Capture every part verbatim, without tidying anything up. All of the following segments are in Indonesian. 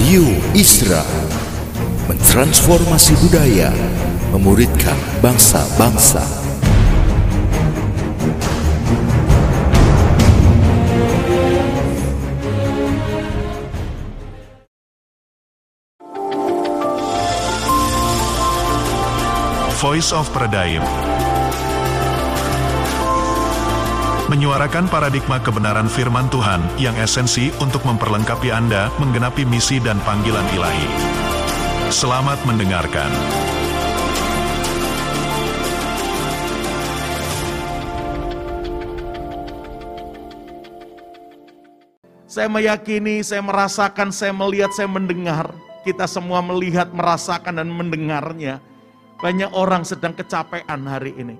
Radio Isra mentransformasi budaya, memuridkan bangsa-bangsa. Voice of Pradaim menyuarakan paradigma kebenaran firman Tuhan yang esensi untuk memperlengkapi Anda menggenapi misi dan panggilan ilahi. Selamat mendengarkan. Saya meyakini, saya merasakan, saya melihat, saya mendengar. Kita semua melihat, merasakan, dan mendengarnya. Banyak orang sedang kecapean hari ini.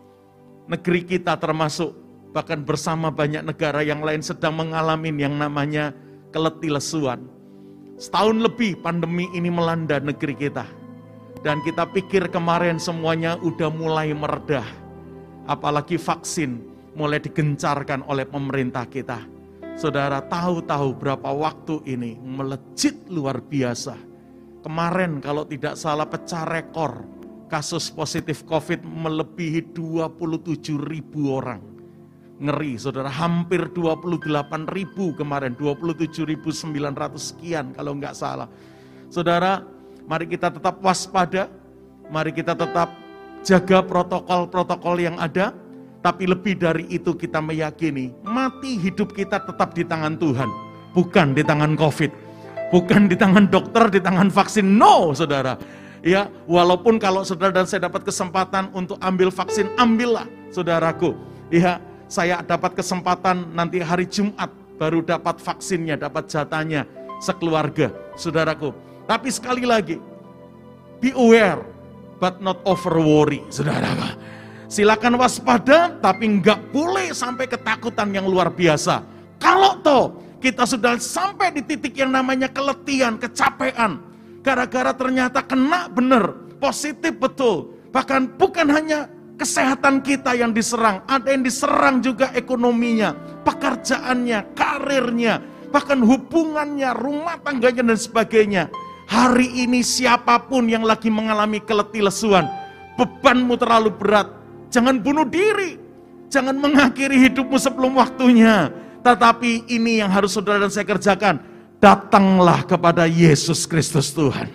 Negeri kita termasuk, bahkan bersama banyak negara yang lain sedang mengalami yang namanya keletih lesuan. Setahun lebih pandemi ini melanda negeri kita. Dan kita pikir kemarin semuanya udah mulai meredah. Apalagi vaksin mulai digencarkan oleh pemerintah kita. Saudara tahu-tahu berapa waktu ini melejit luar biasa. Kemarin kalau tidak salah pecah rekor. Kasus positif COVID melebihi dua puluh tujuh ribu orang. Ngeri, saudara, hampir dua puluh delapan ribu kemarin, dua puluh tujuh ribu sembilan ratus sekian kalau nggak salah. Saudara, mari kita tetap waspada, mari kita tetap jaga protokol-protokol yang ada, tapi lebih dari itu kita meyakini, mati hidup kita tetap di tangan Tuhan, bukan di tangan COVID, bukan di tangan dokter, di tangan vaksin, no saudara. Ya, walaupun kalau saudara dan saya dapat kesempatan untuk ambil vaksin, ambillah saudaraku. Ya, saya dapat kesempatan nanti hari Jumat baru dapat vaksinnya, dapat jatahnya sekeluarga, saudaraku. Tapi sekali lagi, be aware but not over worry, saudaraku. Silakan waspada, tapi nggak boleh sampai ketakutan yang luar biasa. Kalau toh kita sudah sampai di titik yang namanya keletihan, kecapean, gara-gara ternyata kena bener, positif betul, bahkan bukan hanya kesehatan kita yang diserang, ada yang diserang juga ekonominya, pekerjaannya, karirnya, bahkan hubungannya, rumah tangganya dan sebagainya. Hari ini siapapun yang lagi mengalami keletih lesuan, bebanmu terlalu berat, jangan bunuh diri, jangan mengakhiri hidupmu sebelum waktunya. Tetapi ini yang harus saudara dan saya kerjakan, datanglah kepada Yesus Kristus Tuhan.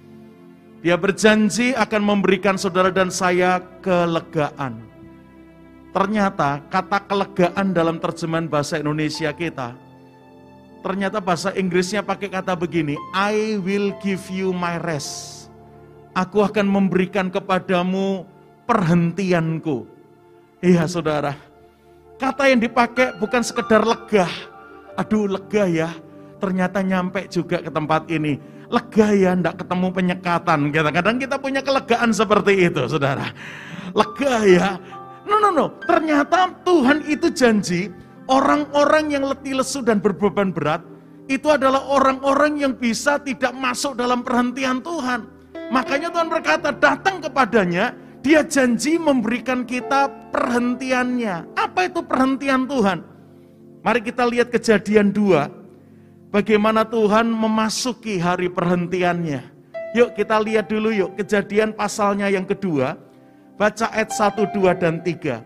Dia berjanji akan memberikan saudara dan saya kelegaan. Ternyata kata kelegaan dalam terjemahan bahasa Indonesia kita, ternyata bahasa Inggrisnya pakai kata begini, I will give you my rest. Aku akan memberikan kepadamu perhentianku. Iya saudara, kata yang dipakai bukan sekedar lega. Aduh lega ya, ternyata nyampe juga ke tempat ini. Lega ya, enggak ketemu penyekatan. Kadang-kadang kita punya kelegaan seperti itu, saudara. Lega ya. No, no, no. Ternyata Tuhan itu janji, orang-orang yang letih lesu dan berbeban berat, itu adalah orang-orang yang bisa tidak masuk dalam perhentian Tuhan. Makanya Tuhan berkata, datang kepadanya, dia janji memberikan kita perhentiannya. Apa itu perhentian Tuhan? Mari kita lihat Kejadian dua. Bagaimana Tuhan memasuki hari perhentiannya. Yuk kita lihat dulu yuk, Kejadian pasalnya yang kedua. Baca ayat satu, dua, dan tiga.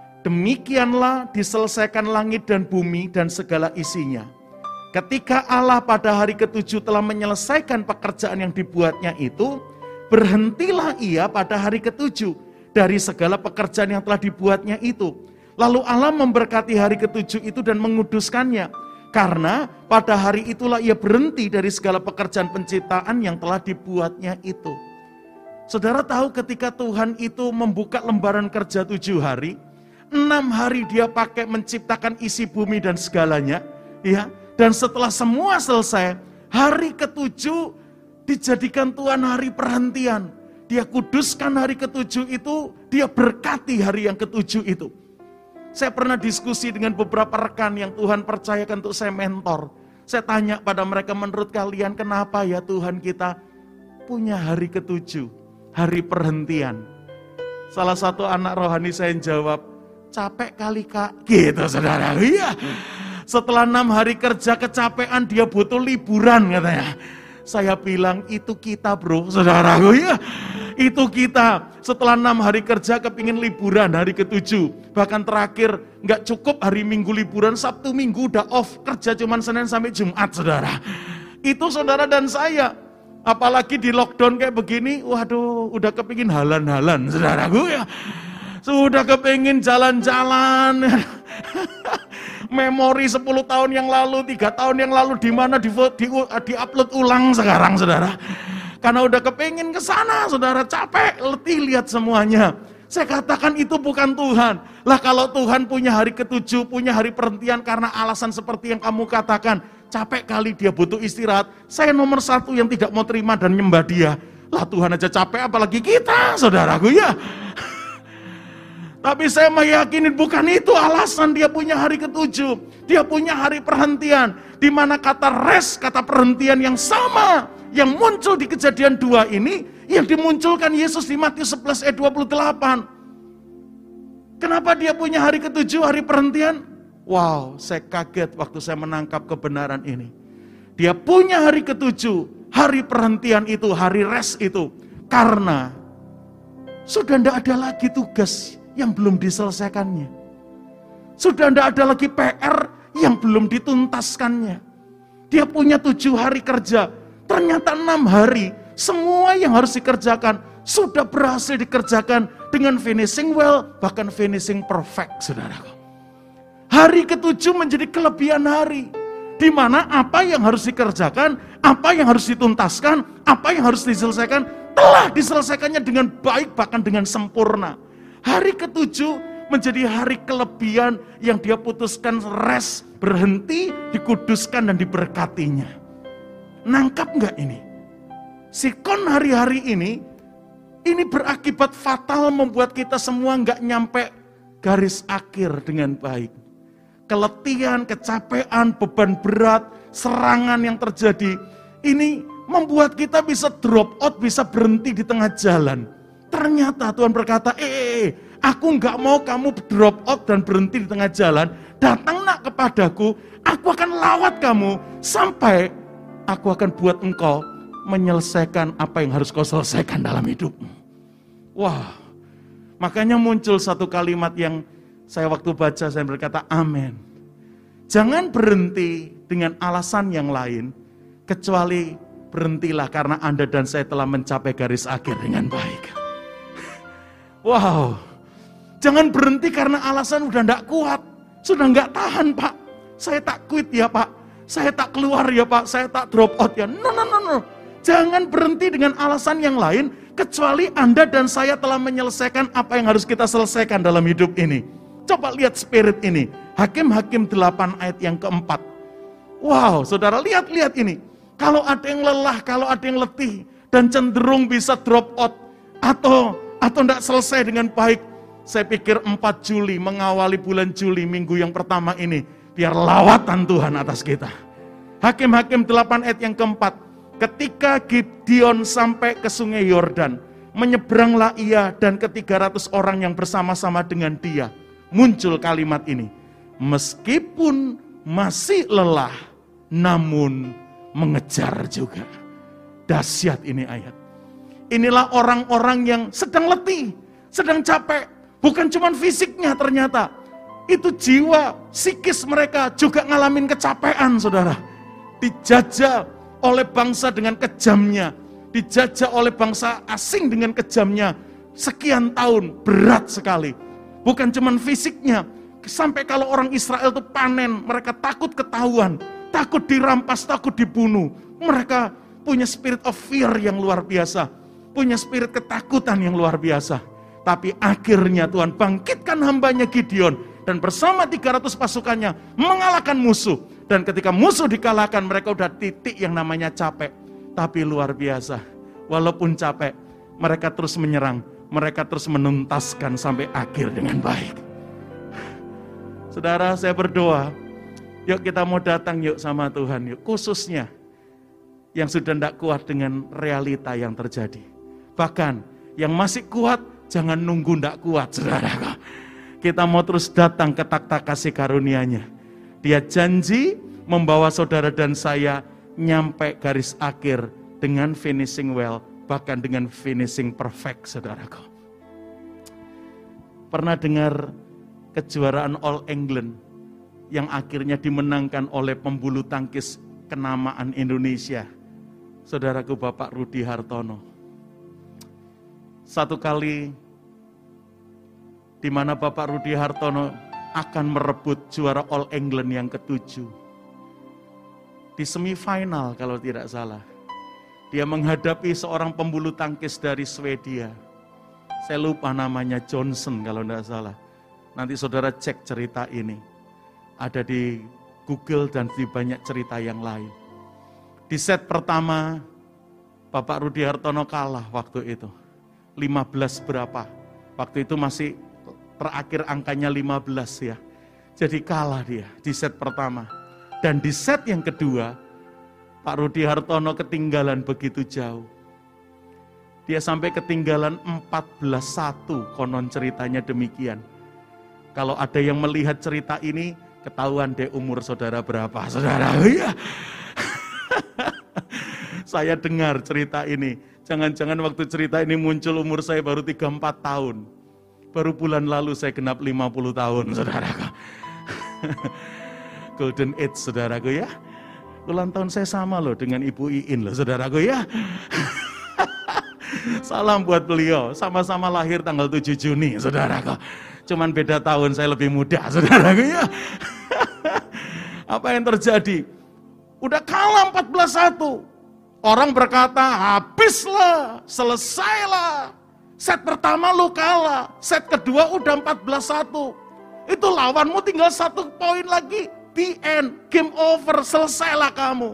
Demikianlah diselesaikan langit dan bumi dan segala isinya. Ketika Allah pada hari ketujuh telah menyelesaikan pekerjaan yang dibuatnya itu, berhentilah ia pada hari ketujuh dari segala pekerjaan yang telah dibuatnya itu. Lalu Allah memberkati hari ketujuh itu dan menguduskannya. Karena pada hari itulah ia berhenti dari segala pekerjaan penciptaan yang telah dibuatnya itu. Saudara tahu ketika Tuhan itu membuka lembaran kerja tujuh hari, enam hari dia pakai menciptakan isi bumi dan segalanya, ya. Dan setelah semua selesai, hari ketujuh dijadikan Tuhan hari perhentian. Dia kuduskan hari ketujuh itu, dia berkati hari yang ketujuh itu. Saya pernah diskusi dengan beberapa rekan yang Tuhan percayakan untuk saya mentor. Saya tanya pada mereka, menurut kalian kenapa ya Tuhan kita punya hari ketujuh, hari perhentian? Salah satu anak rohani saya yang jawab, capek kali kak, gitu saudara. Iya, setelah enam hari kerja kecapean dia butuh liburan katanya. Saya bilang, itu kita bro, saudaraku ya. Itu kita, setelah enam hari kerja kepingin liburan hari ketujuh. Bahkan terakhir nggak cukup hari Minggu liburan, Sabtu Minggu udah off, kerja cuman Senin sampai Jumat saudara. Itu saudara dan saya, apalagi di lockdown kayak begini, waduh udah kepingin halan-halan saudaraku ya. Sudah kepingin jalan-jalan. Memori sepuluh tahun yang lalu, tiga tahun yang lalu di mana di, di, di upload ulang sekarang saudara. Karena udah kepingin ke sana, saudara, capek, letih lihat semuanya. Saya katakan itu bukan Tuhan. Lah kalau Tuhan punya hari ketujuh, punya hari perhentian karena alasan seperti yang kamu katakan, capek kali dia butuh istirahat. Saya nomor satu yang tidak mau terima dan nyembah dia. Lah Tuhan aja capek, apalagi kita, saudaraku ya. Tapi saya meyakini bukan itu alasan dia punya hari ketujuh. Dia punya hari perhentian. Di mana kata rest, kata perhentian yang sama yang muncul di Kejadian dua ini, yang dimunculkan Yesus di Matius sebelas ayat dua puluh delapan. Kenapa dia punya hari ketujuh, hari perhentian? Wow, saya kaget waktu saya menangkap kebenaran ini. Dia punya hari ketujuh, hari perhentian itu, hari rest itu, karena sudah tidak ada lagi tugas yang belum diselesaikannya. Sudah tidak ada lagi P R yang belum dituntaskannya. Dia punya tujuh hari kerja, ternyata enam hari, semua yang harus dikerjakan, sudah berhasil dikerjakan dengan finishing well, bahkan finishing perfect, saudaraku. Hari ketujuh menjadi kelebihan hari, di mana apa yang harus dikerjakan, apa yang harus dituntaskan, apa yang harus diselesaikan, telah diselesaikannya dengan baik, bahkan dengan sempurna. Hari ketujuh menjadi hari kelebihan yang dia putuskan rest, berhenti, dikuduskan dan diberkatinya. Nangkap nggak ini? Sikon hari-hari ini, ini berakibat fatal membuat kita semua nggak nyampe garis akhir dengan baik. Keletihan, kecapean, beban berat, serangan yang terjadi, ini membuat kita bisa drop out, bisa berhenti di tengah jalan. Ternyata Tuhan berkata, eh, aku nggak mau kamu drop out dan berhenti di tengah jalan. Datang nak kepadaku, aku akan lawat kamu sampai aku akan buat engkau menyelesaikan apa yang harus kau selesaikan dalam hidupmu. Wah, makanya muncul satu kalimat yang saya waktu baca, saya berkata, amin. Jangan berhenti dengan alasan yang lain, kecuali berhentilah karena Anda dan saya telah mencapai garis akhir dengan baik. Wow, jangan berhenti karena alasan udah enggak kuat, sudah enggak tahan Pak, saya tak quit ya Pak, saya tak keluar ya Pak, saya tak drop out ya. No, no, no, no. Jangan berhenti dengan alasan yang lain, kecuali Anda dan saya telah menyelesaikan apa yang harus kita selesaikan dalam hidup ini. Coba lihat spirit ini, Hakim-Hakim delapan ayat yang keempat. Wow, saudara lihat-lihat ini. Kalau ada yang lelah, kalau ada yang letih, dan cenderung bisa drop out, atau atau tidak selesai dengan baik, saya pikir empat Juli, mengawali bulan Juli, minggu yang pertama ini, biar lawatan Tuhan atas kita. Hakim-Hakim delapan ayat yang keempat, ketika Gideon sampai ke sungai Yordan, menyeberanglah ia dan ke tiga ratus orang yang bersama-sama dengan dia. Muncul kalimat ini, meskipun masih lelah, namun mengejar juga. Dahsyat ini ayat. Inilah orang-orang yang sedang letih, sedang capek. Bukan cuma fisiknya ternyata. Itu jiwa, psikis mereka juga ngalamin kecapean, saudara. Dijajah oleh bangsa dengan kejamnya. Dijajah oleh bangsa asing dengan kejamnya. Sekian tahun, berat sekali. Bukan cuma fisiknya. Sampai kalau orang Israel itu panen, mereka takut ketahuan. Takut dirampas, takut dibunuh. Mereka punya spirit of fear yang luar biasa. Punya spirit ketakutan yang luar biasa. Tapi akhirnya Tuhan bangkitkan hambanya Gideon. Dan bersama tiga ratus pasukannya mengalahkan musuh. Dan ketika musuh dikalahkan, mereka udah titik yang namanya capek. Tapi luar biasa. Walaupun capek, mereka terus menyerang. Mereka terus menuntaskan sampai akhir dengan baik. Saudara, saya berdoa. Yuk kita mau datang yuk sama Tuhan yuk. Khususnya yang sudah tidak kuat dengan realita yang terjadi. Bahkan yang masih kuat, jangan nunggu tidak kuat, saudara. Kita mau terus datang ke takhta kasih karunia-Nya. Dia janji membawa saudara dan saya nyampe garis akhir dengan finishing well, bahkan dengan finishing perfect, saudaraku. Pernah dengar kejuaraan All England yang akhirnya dimenangkan oleh pembulu tangkis kenamaan Indonesia, saudaraku, Bapak Rudi Hartono. Satu kali di mana Bapak Rudi Hartono akan merebut juara All England yang ketujuh. Di semifinal kalau tidak salah, dia menghadapi seorang pembulu tangkis dari Swedia. Saya lupa namanya, Johnson kalau tidak salah. Nanti saudara cek cerita ini. Ada di Google dan di banyak cerita yang lain. Di set pertama, Bapak Rudi Hartono kalah waktu itu. lima belas berapa. Waktu itu masih terakhir angkanya lima belas ya. Jadi kalah dia di set pertama. Dan di set yang kedua, Pak Rudi Hartono ketinggalan begitu jauh. Dia sampai ketinggalan empat belas satu, konon ceritanya demikian. Kalau ada yang melihat cerita ini, ketahuan deh umur saudara berapa, saudara. Ya. Saya dengar cerita ini. Jangan-jangan waktu cerita ini muncul umur saya baru tiga puluh empat tahun. Baru bulan lalu saya genap lima puluh tahun, saudara. Golden age, saudaraku ya. Ulang tahun saya sama loh dengan Ibu Iin loh, saudaraku ya. Salam buat beliau, sama-sama lahir tanggal tujuh Juni, saudaraku. Cuman beda tahun, saya lebih muda, saudaraku ya. Apa yang terjadi? Udah kalah empat belas satu. Orang berkata, habislah, selesailah. Set pertama lu kalah, set kedua udah empat belas satu. Itu lawanmu tinggal satu poin lagi. The end, game over, selesailah kamu.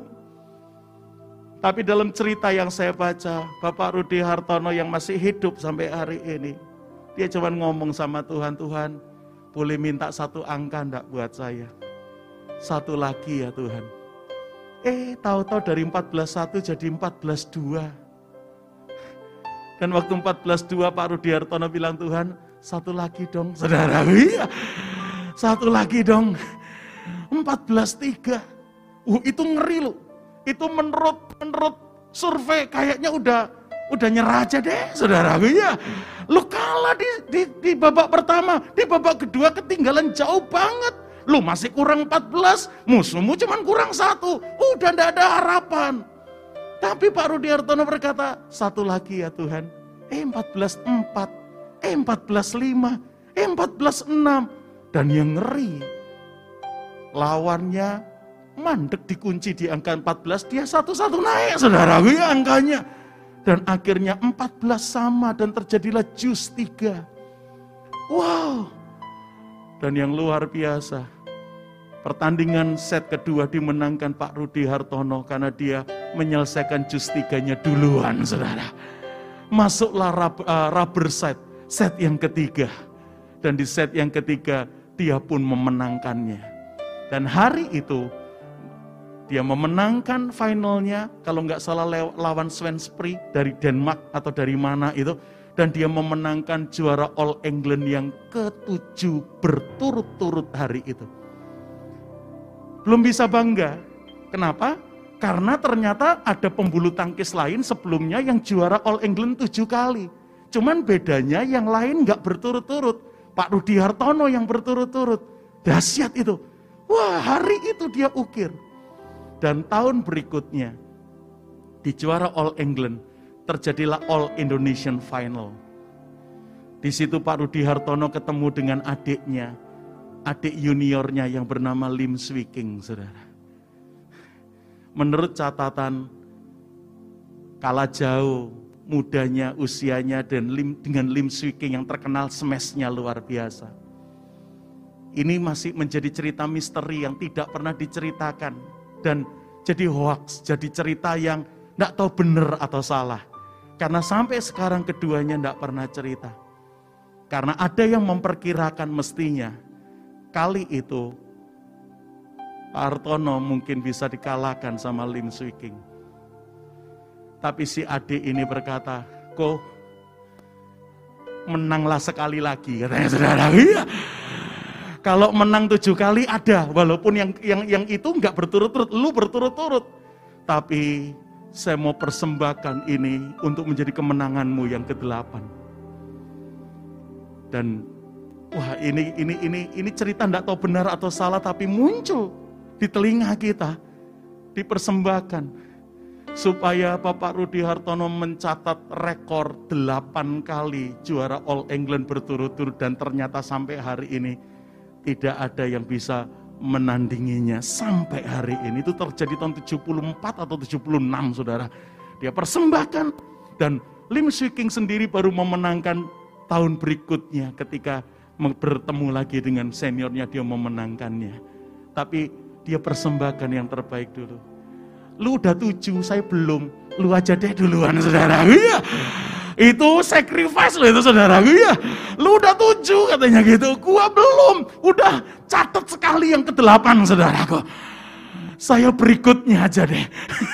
Tapi dalam cerita yang saya baca, Bapak Rudi Hartono yang masih hidup sampai hari ini, dia cuma ngomong sama Tuhan, Tuhan, boleh minta satu angka enggak buat saya? Satu lagi ya Tuhan. Eh, tahu-tahu dari empat belas satu jadi empat belas dua. Dan waktu empat belas dua Pak Rudi Hartono bilang, Tuhan, satu lagi dong, saudara. Iya, satu lagi dong. empat belas tiga. Uh, itu ngeri loh. Itu menurut menurut survei kayaknya udah udah nyerah aja deh, saudara. Iya. Lu kalah di, di di babak pertama, di babak kedua ketinggalan jauh banget. Lu masih kurang empat belas, musuhmu cuman kurang satu. Udah ndak ada harapan. Tapi Pak Rudi Hartono berkata, satu lagi ya Tuhan. Eh empat belas empat, eh empat belas lima, eh empat belas enam. Dan yang ngeri, lawannya mandek dikunci di angka empat belas, dia satu-satu naik, saudara, ya angkanya. Dan akhirnya empat belas sama dan terjadilah jus tiga. Wow. Dan yang luar biasa, pertandingan set kedua dimenangkan Pak Rudi Hartono karena dia menyelesaikan jus tiganya duluan, saudara. Masuklah rub, uh, rubber set, set yang ketiga. Dan di set yang ketiga, dia pun memenangkannya. Dan hari itu, dia memenangkan finalnya, kalau nggak salah lawan Svenspri dari Denmark atau dari mana itu. Dan dia memenangkan juara All England yang ketujuh berturut-turut hari itu. Belum bisa bangga. Kenapa? Karena ternyata ada pembulu tangkis lain sebelumnya yang juara All England tujuh kali. Cuman bedanya yang lain nggak berturut-turut. Pak Rudi Hartono yang berturut-turut. Dahsyat itu. Wah, hari itu dia ukir. Dan tahun berikutnya, di juara All England, terjadilah All Indonesian Final. Di situ Pak Rudi Hartono ketemu dengan adiknya, adik juniornya yang bernama Lim Swee King, saudara. Menurut catatan, kalah jauh mudanya, usianya, dan Lim, dengan Lim Swee King yang terkenal smashnya luar biasa. Ini masih menjadi cerita misteri yang tidak pernah diceritakan. Dan jadi hoax, jadi cerita yang tidak tahu benar atau salah. Karena sampai sekarang keduanya tidak pernah cerita. Karena ada yang memperkirakan mestinya kali itu Pak Hartono mungkin bisa dikalahkan sama Lim Swee King. Tapi si adik ini berkata, kok menanglah sekali lagi, katanya saudara. Iya. Kalau menang tujuh kali ada, walaupun yang yang yang itu enggak berturut-turut, lu berturut-turut. Tapi saya mau persembahkan ini untuk menjadi kemenanganmu yang kedelapan. Dan wah ini ini ini ini cerita tidak tahu benar atau salah, tapi muncul di telinga kita, dipersembahkan supaya Bapak Rudi Hartono mencatat rekor delapan kali juara All England berturut-turut, dan ternyata sampai hari ini tidak ada yang bisa menandinginya sampai hari ini. Itu terjadi tahun tujuh puluh empat atau tujuh puluh enam, saudara. Dia persembahkan, dan Lim Swee King sendiri baru memenangkan tahun berikutnya ketika bertemu lagi dengan seniornya, dia memenangkannya. Tapi dia persembahkan yang terbaik dulu. Lu udah tujuh, saya belum. Lu aja deh duluan, saudara. Iya. Itu sacrifice loh itu, saudara. Iya. Lu udah tujuh katanya gitu. Gua belum. Udah catat sekali yang kedelapan, saudaraku. Saya berikutnya aja deh.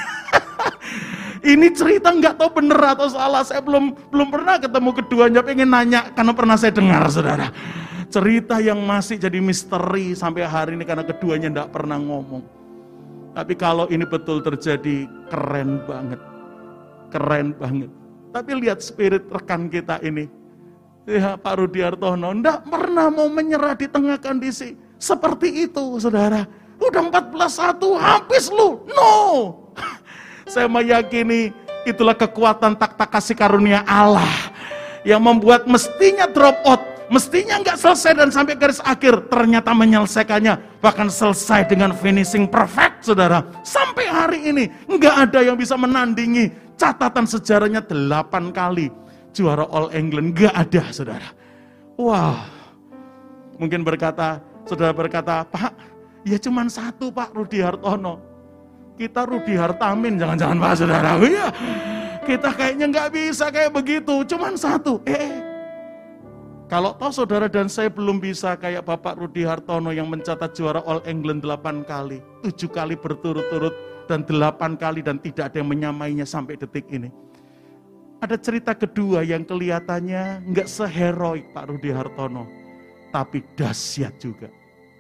Ini cerita nggak tahu bener atau salah. Saya belum belum pernah ketemu keduanya. Pengen nanya karena pernah saya dengar, saudara. Cerita yang masih jadi misteri sampai hari ini karena keduanya nggak pernah ngomong. Tapi kalau ini betul terjadi, keren banget. Keren banget. Tapi lihat spirit rekan kita ini. Ya, Pak Rudi Hartono enggak pernah mau menyerah di tengah kondisi seperti itu, saudara. Udah empat belas satu, habis lu. No. Saya meyakini itulah kekuatan tak-tak kasih karunia Allah yang membuat mestinya drop out, mestinya nggak selesai dan sampai garis akhir, ternyata menyelesaikannya, bahkan selesai dengan finishing perfect, saudara. Sampai hari ini nggak ada yang bisa menandingi catatan sejarahnya delapan kali juara All England, nggak ada, saudara. Wah, mungkin berkata, saudara berkata, Pak, ya cuman satu Pak Rudi Hartono. Kita Rudi Hartamin, jangan-jangan Pak, saudara. Iya, kita kayaknya nggak bisa kayak begitu, cuman satu. Eh, kalau toh saudara dan saya belum bisa kayak Bapak Rudi Hartono yang mencatat juara All England delapan kali, tujuh kali berturut-turut, dan delapan kali, dan tidak ada yang menyamainya sampai detik ini. Ada cerita kedua yang kelihatannya nggak seheroik Pak Rudi Hartono, tapi dahsyat juga.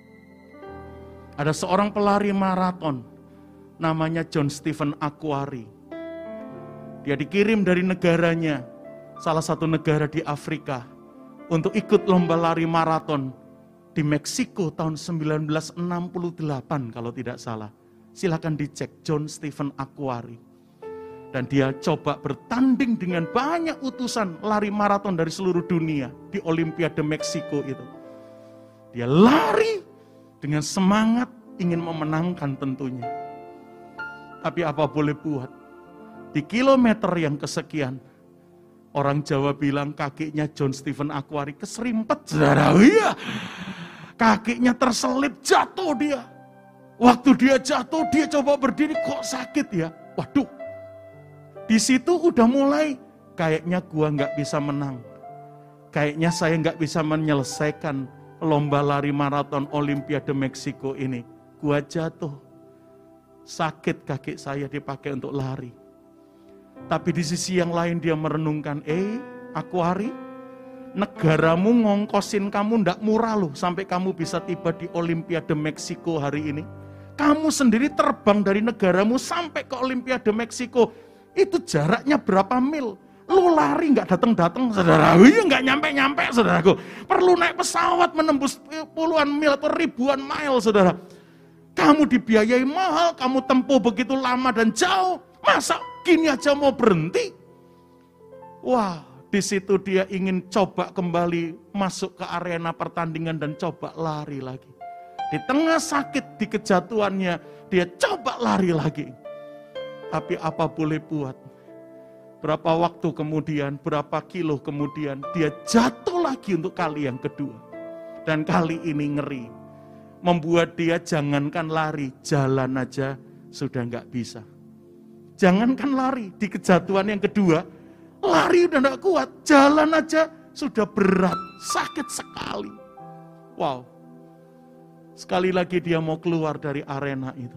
Ada seorang pelari maraton, namanya John Stephen Akhwari. Dia dikirim dari negaranya, salah satu negara di Afrika, untuk ikut lomba lari maraton di Meksiko tahun sembilan belas enam puluh delapan kalau tidak salah. Silakan dicek, John Stephen Akhwari. Dan dia coba bertanding dengan banyak utusan lari maraton dari seluruh dunia di Olimpiade Meksiko itu. Dia lari dengan semangat ingin memenangkan tentunya. Tapi apa boleh buat, di kilometer yang kesekian, orang Jawa bilang kakinya John Stephen Akhwari keserimpet, saudara. Iya, kakinya terselip, jatuh dia. Waktu dia jatuh, dia coba berdiri, kok sakit ya. Waduh, di situ udah mulai, kayaknya gua nggak bisa menang. Kayaknya saya nggak bisa menyelesaikan lomba lari maraton Olimpiade Meksiko ini. Gua jatuh. Sakit kaki saya dipakai untuk lari. Tapi di sisi yang lain dia merenungkan, eh Akhwari, negaramu ngongkosin kamu ndak murah loh sampai kamu bisa tiba di Olimpiade Meksiko hari ini. Kamu sendiri terbang dari negaramu sampai ke Olimpiade Meksiko. Itu jaraknya berapa mil? Lu lari nggak datang-datang, saudara. Iya, nggak nyampe-nyampe, saudaraku. Perlu naik pesawat menembus puluhan mil atau ribuan mile, saudara. Kamu dibiayai mahal, kamu tempuh begitu lama dan jauh, masa gini aja mau berhenti? Wah, di situ dia ingin coba kembali masuk ke arena pertandingan dan coba lari lagi. Di tengah sakit, di kejatuhannya, dia coba lari lagi. Tapi apa boleh buat? Berapa waktu kemudian, berapa kilo kemudian, dia jatuh lagi untuk kali yang kedua. Dan kali ini ngeri. Membuat dia jangankan lari, jalan aja sudah nggak bisa. Jangankan lari, di kejatuhan yang kedua, lari udah nggak kuat, jalan aja sudah berat, sakit sekali. Wow, sekali lagi dia mau keluar dari arena itu.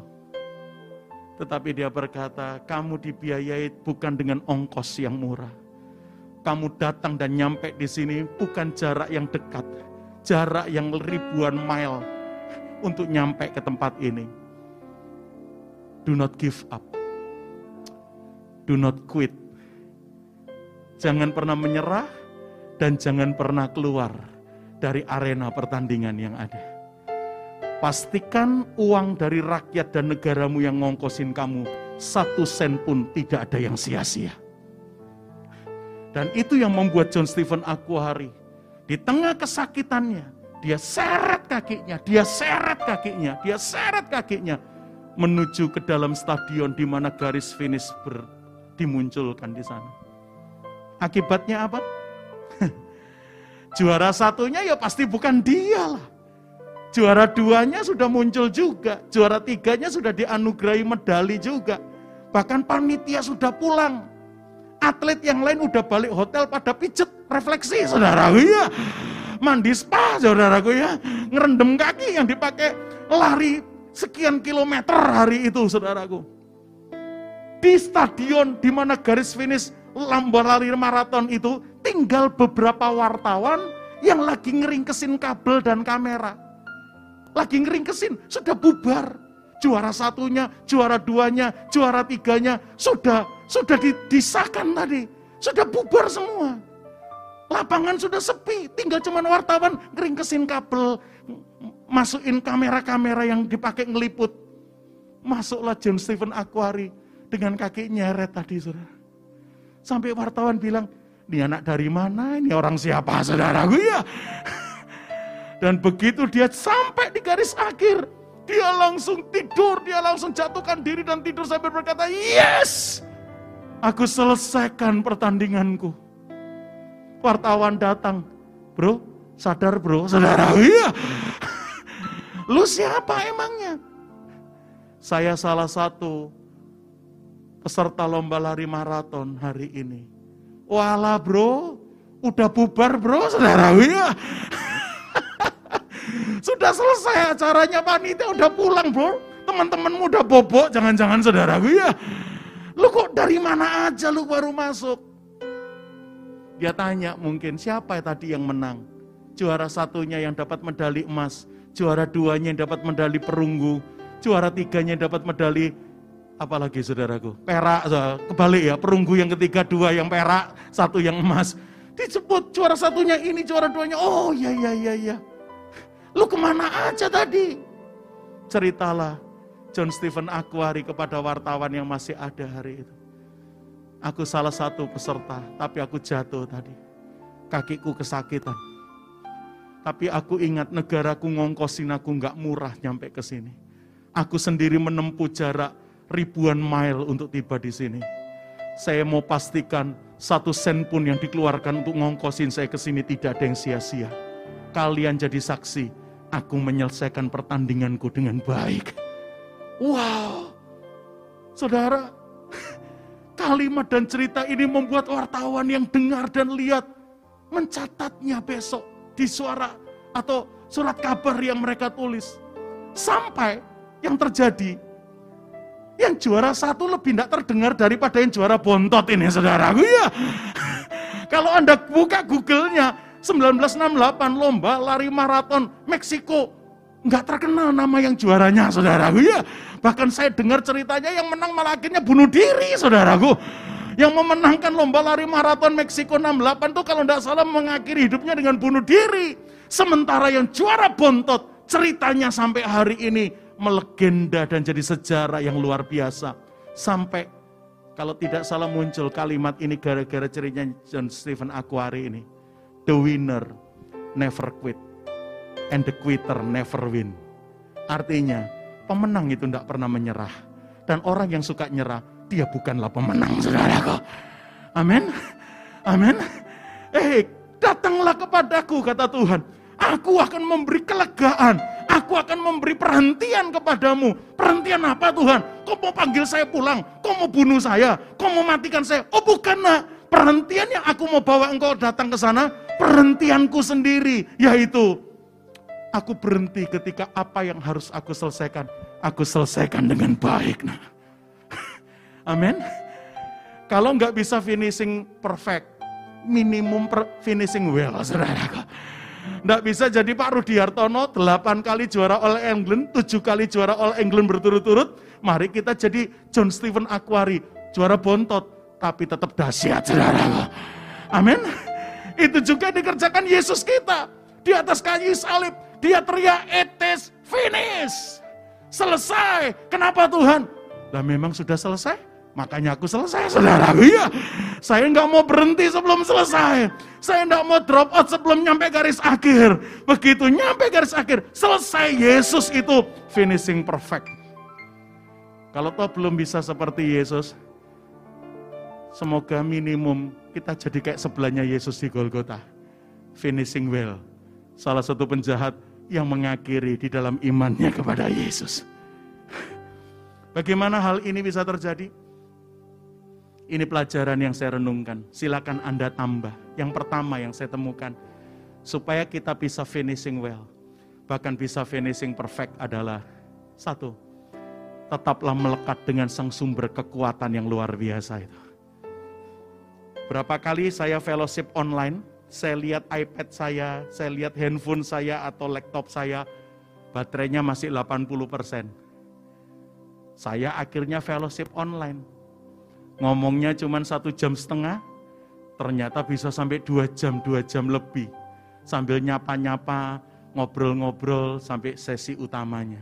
Tetapi dia berkata, kamu dibiayai bukan dengan ongkos yang murah. Kamu datang dan nyampe di sini bukan jarak yang dekat, jarak yang ribuan mile untuk nyampe ke tempat ini. Do not give up. Do not quit. Jangan pernah menyerah dan jangan pernah keluar dari arena pertandingan yang ada. Pastikan uang dari rakyat dan negaramu yang ngongkosin kamu, satu sen pun tidak ada yang sia-sia. Dan itu yang membuat John Stephen Akhwari, di tengah kesakitannya, dia seret kakinya, dia seret kakinya, dia seret kakinya, menuju ke dalam stadion di mana garis finish ber, dimunculkan di sana. Akibatnya apa? Juara satunya ya pasti bukan dia lah. Juara duanya sudah muncul juga, juara tiganya sudah dianugerahi medali juga. Bahkan panitia sudah pulang. Atlet yang lain udah balik hotel pada pijet refleksi, saudaraku ya. Mandi spa, saudaraku ya. Ngerendam kaki yang dipakai lari sekian kilometer hari itu, saudaraku. Di stadion di mana garis finish lomba lari maraton itu, tinggal beberapa wartawan yang lagi ngeringkesin kabel dan kamera. Lagi ngeringkesin, sudah bubar. Juara satunya, juara duanya, juara tiganya, sudah sudah disahkan tadi. Sudah bubar semua. Lapangan sudah sepi, tinggal cuman wartawan ngeringkesin kabel, masukin kamera-kamera yang dipakai ngeliput. Masuklah John Stephen Akhwari dengan kaki nyeret tadi, saudara. Sampai wartawan bilang, ini anak dari mana, ini orang siapa, saudaraku ya. Dan begitu dia sampai di garis akhir, dia langsung tidur, dia langsung jatuhkan diri dan tidur sambil berkata, yes, aku selesaikan pertandinganku. Wartawan datang, bro, sadar bro, saudara, iya. Lu siapa emangnya? Saya salah satu peserta lomba lari maraton hari ini. Walah bro, udah bubar bro, saudara, iya. Sudah selesai acaranya, panitia udah pulang bro. Teman-temanmu udah bobok, jangan-jangan saudaraku ya. Lu kok dari mana aja lu baru masuk? Dia tanya mungkin, siapa tadi yang menang? Juara satunya yang dapat medali emas, juara duanya yang dapat medali perunggu, juara tiganya yang dapat medali, apalagi saudaraku, perak, kebalik ya, perunggu yang ketiga, dua yang perak, satu yang emas. Disebut juara satunya ini, juara duanya, oh iya iya iya iya. Lu kemana aja tadi? Ceritalah John Stephen Akhwari kepada wartawan yang masih ada hari itu. Aku salah satu peserta, tapi aku jatuh tadi. Kakiku kesakitan. Tapi aku ingat negaraku ngongkosin aku nggak murah nyampe ke sini. Aku sendiri menempuh jarak ribuan mile untuk tiba di sini. Saya mau pastikan satu sen pun yang dikeluarkan untuk ngongkosin saya ke sini tidak ada yang sia-sia. Kalian jadi saksi. Aku menyelesaikan pertandinganku dengan baik. Wow, saudara, kalimat dan cerita ini membuat wartawan yang dengar dan lihat mencatatnya besok di suara atau surat kabar yang mereka tulis. Sampai yang terjadi, yang juara satu lebih tidak terdengar daripada yang juara bontot ini, saudaraku ya. Kalau Anda buka Google-nya, seribu sembilan ratus enam puluh delapan lomba lari maraton Meksiko, nggak terkenal nama yang juaranya, saudaraku ya. Bahkan saya dengar ceritanya yang menang malah akhirnya bunuh diri, saudaraku. Yang memenangkan lomba lari maraton Meksiko enam puluh delapan tuh kalau nggak salah mengakhiri hidupnya dengan bunuh diri. Sementara yang juara bontot ceritanya sampai hari ini melegenda dan jadi sejarah yang luar biasa. Sampai kalau tidak salah muncul kalimat ini gara-gara ceritanya John Stephen Akhwari ini. The winner never quit, and the quitter never win. Artinya, pemenang itu tidak pernah menyerah. Dan orang yang suka nyerah, dia bukanlah pemenang, saudaraku. Amin, amin. Eh, datanglah kepadaku, kata Tuhan. Aku akan memberi kelegaan. Aku akan memberi perhentian kepadamu. Perhentian apa Tuhan? Kau mau panggil saya pulang? Kau mau bunuh saya? Kau mau matikan saya? Oh bukan nak. Perhentian yang aku mau bawa engkau datang ke sana, perhentianku sendiri, yaitu aku berhenti ketika apa yang harus aku selesaikan, aku selesaikan dengan baik. Nah. Amin. Kalau nggak bisa finishing perfect, minimum per finishing well, saudaraku. Nggak bisa jadi Pak Rudi Hartono, delapan kali juara All England, tujuh kali juara All England berturut-turut. Mari kita jadi John Stephen Akhwari, juara bontot, tapi tetap dahsyat, saudara. Amin. Itu juga dikerjakan Yesus kita. Di atas kayu salib, dia teriak, "It is finished." Selesai. Kenapa Tuhan? Lah memang sudah selesai, makanya aku selesai, saudara. Iya. Saya nggak mau berhenti sebelum selesai. Saya nggak mau drop out sebelum nyampe garis akhir. Begitu nyampe garis akhir, selesai. Yesus itu finishing perfect. Kalau toh belum bisa seperti Yesus, semoga minimum kita jadi kayak sebelahnya Yesus di Golgota. Finishing well. Salah satu penjahat yang mengakhiri di dalam imannya kepada Yesus. Bagaimana hal ini bisa terjadi? Ini pelajaran yang saya renungkan. Silakan Anda tambah. Yang pertama yang saya temukan, supaya kita bisa finishing well, bahkan bisa finishing perfect adalah, satu, tetaplah melekat dengan sang sumber kekuatan yang luar biasa itu. Berapa kali saya fellowship online, saya lihat iPad saya, saya lihat handphone saya atau laptop saya, baterainya masih delapan puluh persen. Saya akhirnya fellowship online. Ngomongnya cuma satu jam setengah, ternyata bisa sampai dua jam, dua jam lebih. Sambil nyapa-nyapa, ngobrol-ngobrol sampai sesi utamanya.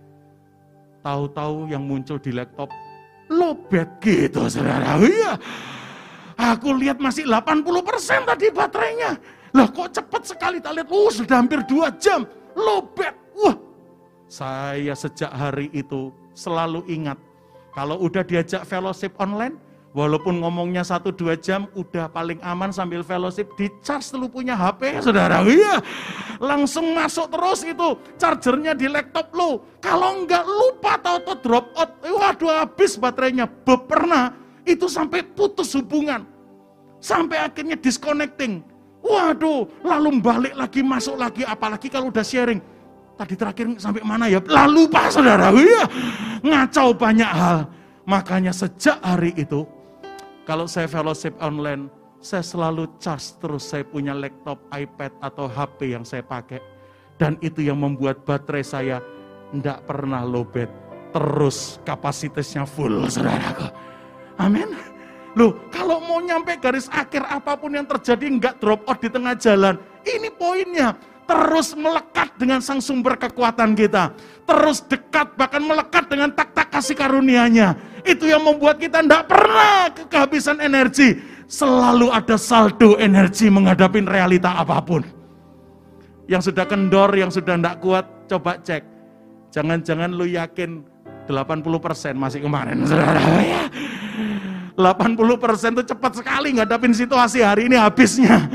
Tahu-tahu yang muncul di laptop, lowbat gitu, saudara. Iya, aku lihat masih delapan puluh persen tadi baterainya. Lah kok cepat sekali, tak lihat, uh, sudah hampir dua jam, lowbat. Wah, saya sejak hari itu selalu ingat, kalau udah diajak fellowship online, walaupun ngomongnya satu dua jam, udah paling aman sambil fellowship, di charge dulu punya H P, saudara. Iya, langsung masuk terus itu, chargernya di laptop lo. Kalau enggak lupa atau drop out, waduh habis baterainya. Pernah itu sampai putus hubungan, sampai akhirnya disconnecting. Waduh, lalu balik lagi, masuk lagi, apalagi kalau udah sharing. Tadi terakhir sampai mana ya? Lalu lupa, saudara. Iya, ngacau banyak hal. Makanya sejak hari itu, kalau saya fellowship online, saya selalu charge terus. Saya punya laptop, iPad, atau H P yang saya pakai. Dan itu yang membuat baterai saya tidak pernah lowbat. Terus kapasitasnya full, saudaraku. Amin. Loh, kalau mau nyampe garis akhir, apapun yang terjadi enggak drop out di tengah jalan. Ini poinnya. Terus melekat dengan sang sumber kekuatan kita. Terus dekat, bahkan melekat dengan tak-tak kasih karunia-Nya. Itu yang membuat kita tidak pernah kehabisan energi. Selalu ada saldo energi menghadapi realita apapun. Yang sudah kendor, yang sudah tidak kuat, coba cek. Jangan-jangan lu yakin delapan puluh persen masih kemarin, saudara. delapan puluh persen itu cepat sekali ngadapin situasi, hari ini habisnya.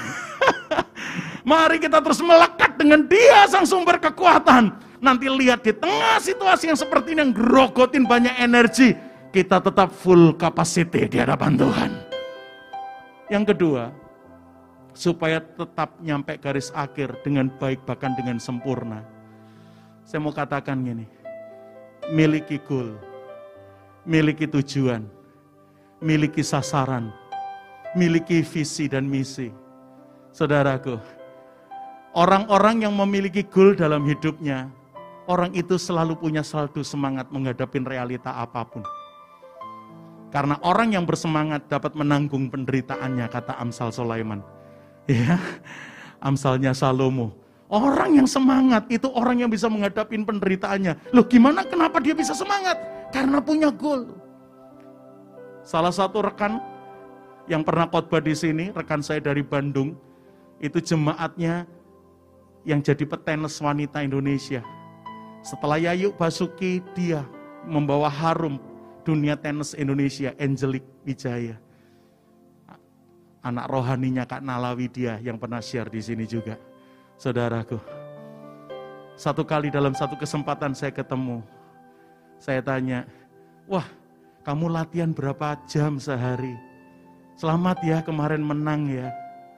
Mari kita terus melekat dengan Dia, sang sumber kekuatan. Nanti lihat di tengah situasi yang seperti ini, yang gerogotin banyak energi, kita tetap full capacity di hadapan Tuhan. Yang kedua, supaya tetap nyampe garis akhir dengan baik, bahkan dengan sempurna. Saya mau katakan gini, miliki goal, miliki tujuan, miliki sasaran, miliki visi dan misi. Saudaraku, orang-orang yang memiliki goal dalam hidupnya, orang itu selalu punya saldo semangat menghadapi realita apapun. Karena orang yang bersemangat dapat menanggung penderitaannya, kata Amsal Sulaiman. Ya, Amsalnya Salomo. Orang yang semangat itu orang yang bisa menghadapi penderitaannya. Loh, gimana, kenapa dia bisa semangat? Karena punya goal. Salah satu rekan yang pernah khotbah di sini, rekan saya dari Bandung, itu jemaatnya yang jadi petenis wanita Indonesia. Setelah Yayu Basuki, dia membawa harum dunia tenis Indonesia, Angelic Wijaya. Anak rohaninya Kak Nala Widya yang pernah share di sini juga. Saudaraku, satu kali dalam satu kesempatan saya ketemu, saya tanya, wah, kamu latihan berapa jam sehari? Selamat ya, kemarin menang ya.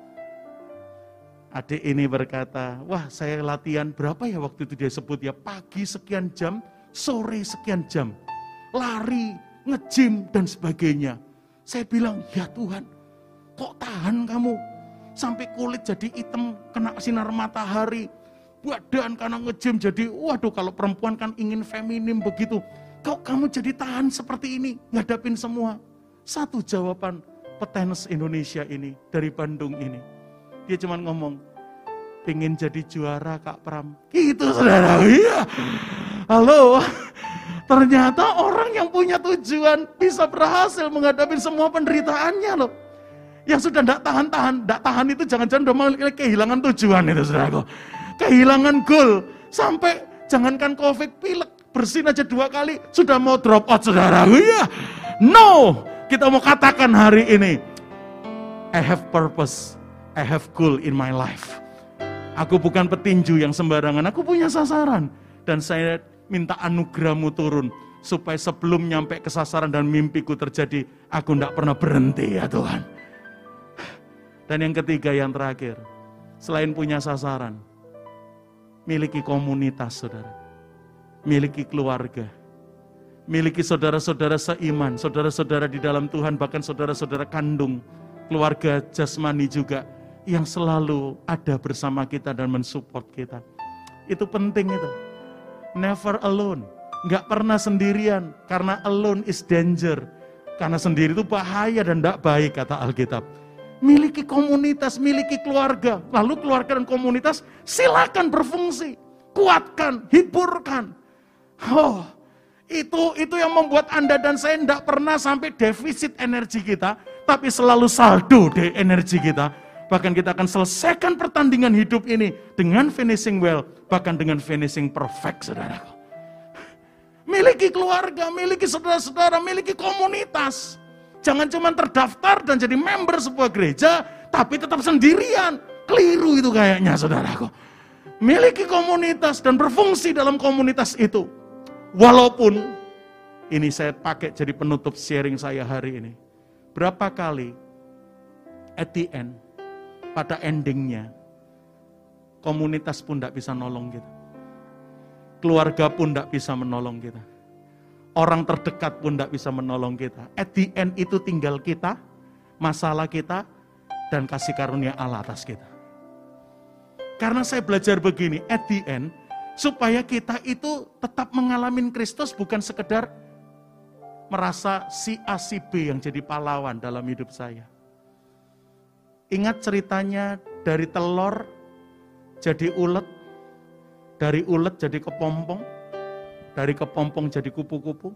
Adik ini berkata, wah saya latihan berapa ya waktu itu dia sebut ya, pagi sekian jam, sore sekian jam, lari, nge-gym dan sebagainya. Saya bilang, ya Tuhan, kok tahan kamu? Sampai kulit jadi hitam, kena sinar matahari, badan karena nge-gym jadi, waduh kalau perempuan kan ingin feminim begitu. Kok kamu jadi tahan seperti ini, ngadapin semua? Satu jawaban petenis Indonesia ini, dari Bandung ini. Dia cuma ngomong, pengen jadi juara Kak Pram. Gitu saudara, iya. Halo, ternyata orang yang punya tujuan bisa berhasil menghadapi semua penderitaannya loh. Yang sudah tidak tahan-tahan, tidak tahan itu jangan-jangan udah mulai kehilangan tujuan itu saudaraku. Kehilangan goal, sampai jangankan covid, pilek, bersin aja dua kali, sudah mau drop out saudaraku. Iya, no, kita mau katakan hari ini, I have purpose, I have goal in my life. Aku bukan petinju yang sembarangan, aku punya sasaran. Dan saya minta anugerah-Mu turun, supaya sebelum nyampe ke sasaran dan mimpiku terjadi, aku tidak pernah berhenti ya Tuhan. Dan yang ketiga, yang terakhir, selain punya sasaran, miliki komunitas saudara, miliki keluarga, miliki saudara-saudara seiman, saudara-saudara di dalam Tuhan, bahkan saudara-saudara kandung, keluarga jasmani juga, yang selalu ada bersama kita dan mensupport kita. Itu penting itu. Never alone, nggak pernah sendirian, karena alone is danger. Karena sendiri itu bahaya dan tidak baik kata Alkitab. Miliki komunitas, miliki keluarga. Lalu keluarga dan komunitas silakan berfungsi. Kuatkan, hiburkan. Oh, itu itu yang membuat Anda dan saya tidak pernah sampai defisit energi kita, tapi selalu saldo de energi kita. Bahkan kita akan selesaikan pertandingan hidup ini dengan finishing well, bahkan dengan finishing perfect, saudaraku. Miliki keluarga, miliki saudara-saudara, miliki komunitas. Jangan cuma terdaftar dan jadi member sebuah gereja, tapi tetap sendirian. Keliru itu kayaknya, saudaraku. Miliki komunitas dan berfungsi dalam komunitas itu. Walaupun, ini saya pakai jadi penutup sharing saya hari ini. Berapa kali, at the end, pada endingnya, komunitas pun tidak bisa nolong kita. Keluarga pun tidak bisa menolong kita. Orang terdekat pun tidak bisa menolong kita. At the end itu tinggal kita, masalah kita, dan kasih karunia Allah atas kita. Karena saya belajar begini, at the end, supaya kita itu tetap mengalami Kristus, bukan sekedar merasa si A, si B yang jadi pahlawan dalam hidup saya. Ingat ceritanya dari telur jadi ulet, dari ulet jadi kepompong, dari kepompong jadi kupu-kupu.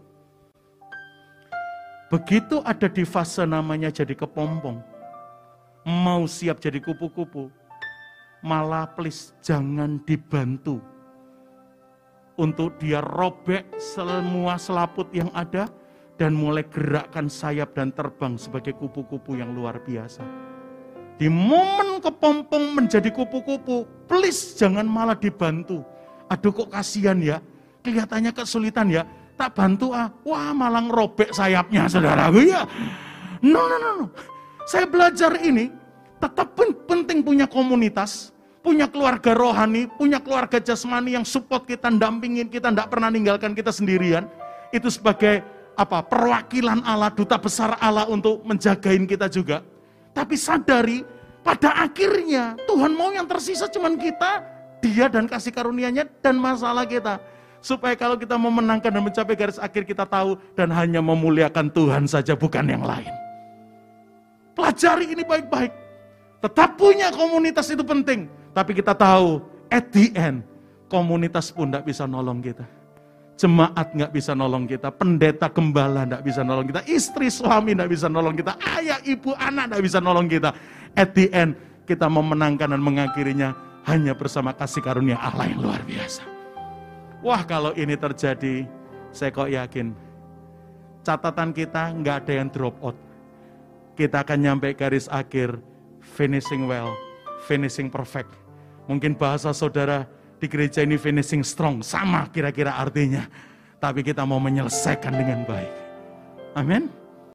Begitu ada di fase namanya jadi kepompong, mau siap jadi kupu-kupu, malah please jangan dibantu untuk dia robek semua selaput yang ada dan mulai gerakkan sayap dan terbang sebagai kupu-kupu yang luar biasa. Di momen kepompong menjadi kupu-kupu, please jangan malah dibantu. Aduh kok kasihan ya, kelihatannya kesulitan ya, tak bantu ah, wah malah ngerobek sayapnya saudaraku ya. No, no, no, no. Saya belajar ini, tetap penting punya komunitas, punya keluarga rohani, punya keluarga jasmani yang support kita, dampingin kita, tidak pernah ninggalkan kita sendirian. Itu sebagai apa? Perwakilan Allah, duta besar Allah untuk menjagain kita juga. Tapi sadari, pada akhirnya Tuhan mau yang tersisa cuman kita, Dia dan kasih karunia-Nya dan masalah kita. Supaya kalau kita mau menangkan dan mencapai garis akhir, kita tahu dan hanya memuliakan Tuhan saja, bukan yang lain. Pelajari ini baik-baik. Tetap punya komunitas itu penting. Tapi kita tahu, at the end, komunitas pun tidak bisa nolong kita. Jemaat nggak bisa nolong kita, pendeta gembala nggak bisa nolong kita, istri suami nggak bisa nolong kita, ayah ibu anak nggak bisa nolong kita. At the end, kita memenangkan dan mengakhirinya hanya bersama kasih karunia Allah yang luar biasa. Wah, kalau ini terjadi, saya kok yakin catatan kita nggak ada yang drop out. Kita akan nyampe garis akhir, finishing well, finishing perfect. Mungkin bahasa saudara di gereja ini finishing strong, sama kira-kira artinya. Tapi kita mau menyelesaikan dengan baik. Amin.